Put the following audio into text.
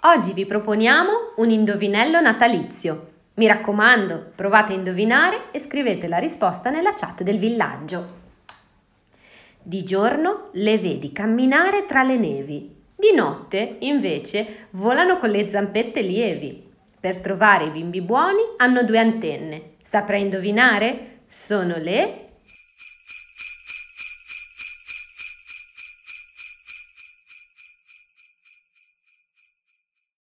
Oggi vi proponiamo un indovinello natalizio. Mi raccomando, provate a indovinare e scrivete la risposta nella chat del villaggio. Di giorno le vedi camminare tra le nevi, di notte invece volano con le zampette lievi. Per trovare i bimbi buoni hanno 2 antenne. Saprai indovinare? Sono le